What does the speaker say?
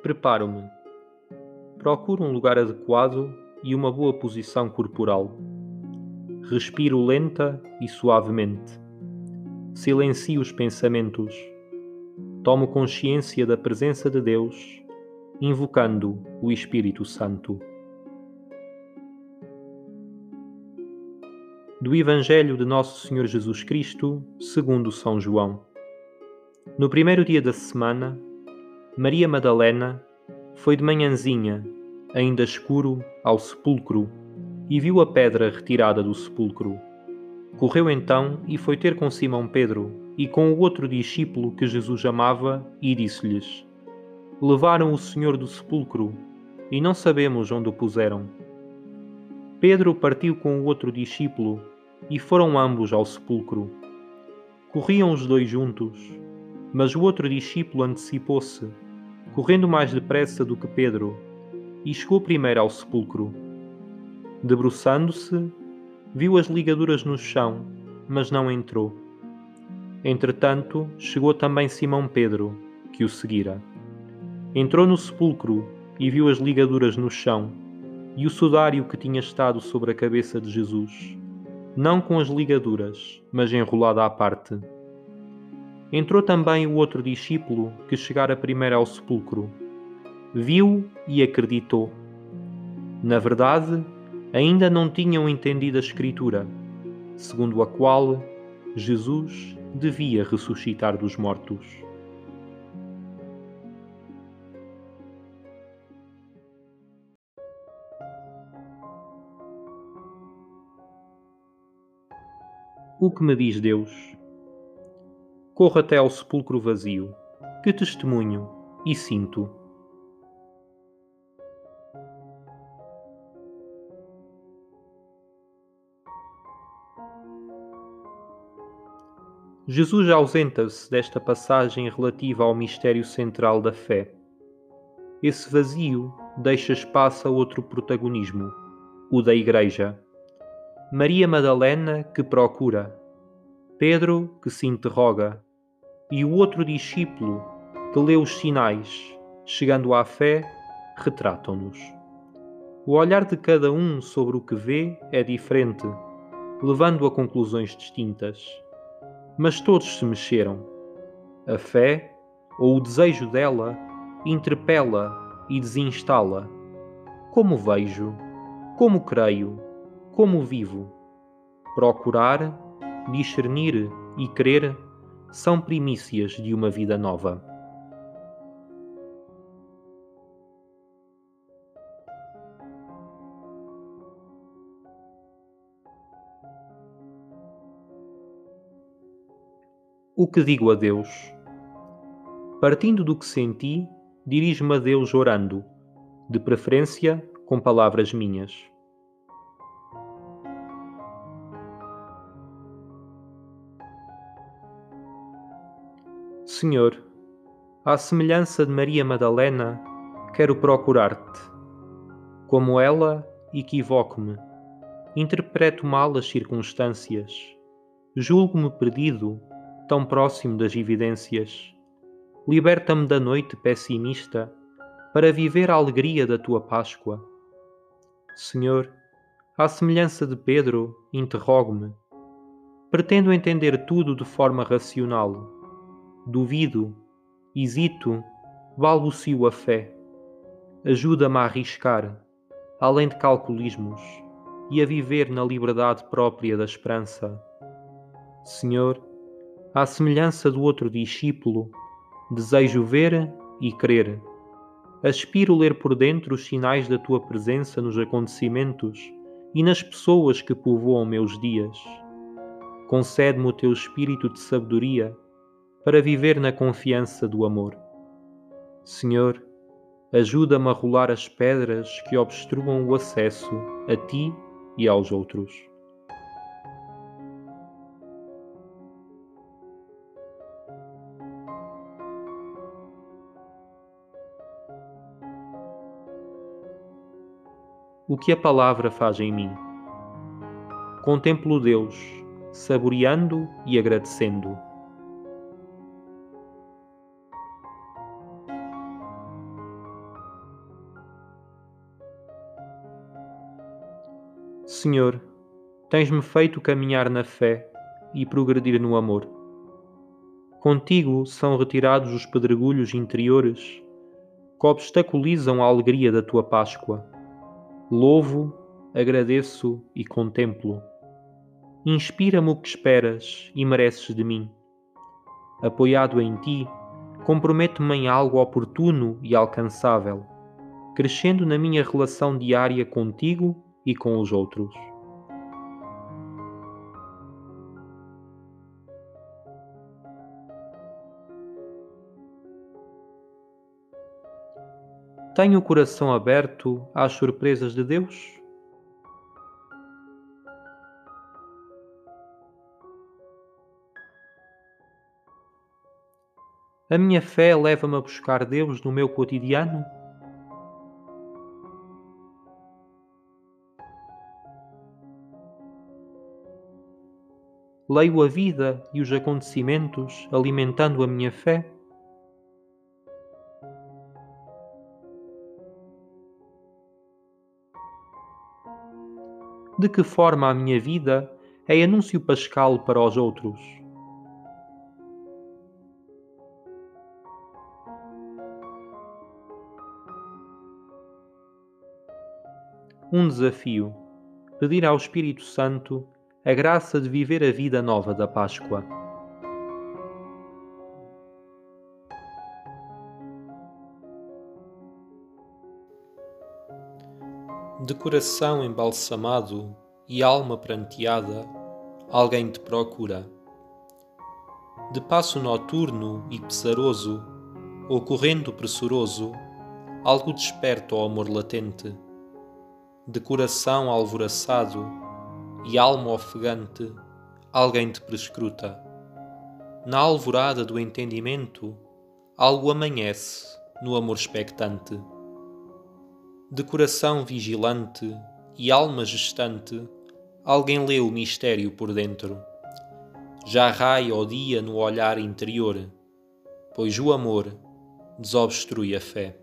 Preparo-me. Procuro um lugar adequado e uma boa posição corporal. Respiro lenta e suavemente. Silencio os pensamentos. Tomo consciência da presença de Deus, invocando o Espírito Santo. Do Evangelho de Nosso Senhor Jesus Cristo, segundo São João. No primeiro dia da semana, Maria Madalena foi de manhãzinha, ainda escuro, ao sepulcro, e viu a pedra retirada do sepulcro. Correu então e foi ter com Simão Pedro e com o outro discípulo que Jesus amava, e disse-lhes: Levaram o Senhor do sepulcro, e não sabemos onde o puseram. Pedro partiu com o outro discípulo, e foram ambos ao sepulcro. Corriam os dois juntos, mas o outro discípulo antecipou-se, correndo mais depressa do que Pedro, e chegou primeiro ao sepulcro. Debruçando-se, viu as ligaduras no chão, mas não entrou. Entretanto, chegou também Simão Pedro, que o seguira. Entrou no sepulcro e viu as ligaduras no chão e o sudário que tinha estado sobre a cabeça de Jesus, não com as ligaduras, mas enrolado à parte. Entrou também o outro discípulo que chegara primeiro ao sepulcro. Viu e acreditou. Na verdade, ainda não tinham entendido a Escritura, segundo a qual Jesus devia ressuscitar dos mortos. O que me diz Deus? Corro até ao sepulcro vazio, que testemunho, e sinto. Jesus ausenta-se desta passagem relativa ao mistério central da fé. Esse vazio deixa espaço a outro protagonismo, o da Igreja. Maria Madalena, que procura, Pedro, que se interroga, e o outro discípulo, que lê os sinais, chegando à fé, retratam-nos. O olhar de cada um sobre o que vê é diferente, levando a conclusões distintas. Mas todos se mexeram. A fé, ou o desejo dela, interpela e desinstala. Como vejo? Como creio? Como vivo? Procurar, discernir e crer são primícias de uma vida nova. O que digo a Deus? Partindo do que senti, dirijo-me a Deus orando, de preferência com palavras minhas. Senhor, à semelhança de Maria Madalena, quero procurar-te. Como ela, equivoco-me, interpreto mal as circunstâncias, julgo-me perdido, tão próximo das evidências. Liberta-me da noite pessimista para viver a alegria da tua Páscoa. Senhor, à semelhança de Pedro, interrogo-me. Pretendo entender tudo de forma racional. Duvido, hesito, balbucio a fé. Ajuda-me a arriscar, além de calculismos, e a viver na liberdade própria da esperança. Senhor, à semelhança do outro discípulo, desejo ver e crer. Aspiro ler por dentro os sinais da tua presença nos acontecimentos e nas pessoas que povoam meus dias. Concede-me o teu espírito de sabedoria para viver na confiança do amor. Senhor, ajuda-me a rolar as pedras que obstruam o acesso a ti e aos outros. O que a palavra faz em mim? Contemplo Deus, saboreando e agradecendo. Senhor, tens-me feito caminhar na fé e progredir no amor. Contigo são retirados os pedregulhos interiores que obstaculizam a alegria da tua Páscoa. Louvo, agradeço e contemplo. Inspira-me o que esperas e mereces de mim. Apoiado em ti, comprometo-me em algo oportuno e alcançável, crescendo na minha relação diária contigo e com os outros. Tenho o coração aberto às surpresas de Deus? A minha fé leva-me a buscar Deus no meu cotidiano? Leio a vida e os acontecimentos alimentando a minha fé? De que forma a minha vida é anúncio pascal para os outros? Um desafio: pedir ao Espírito Santo a graça de viver a vida nova da Páscoa. De coração embalsamado e alma pranteada, alguém te procura. De passo noturno e pesaroso, ou correndo pressuroso, algo desperta o amor latente. De coração alvoroçado e alma ofegante, alguém te prescruta. Na alvorada do entendimento, algo amanhece no amor expectante. De coração vigilante e alma gestante, alguém lê o mistério por dentro. Já raia o dia no olhar interior, pois o amor desobstrui a fé.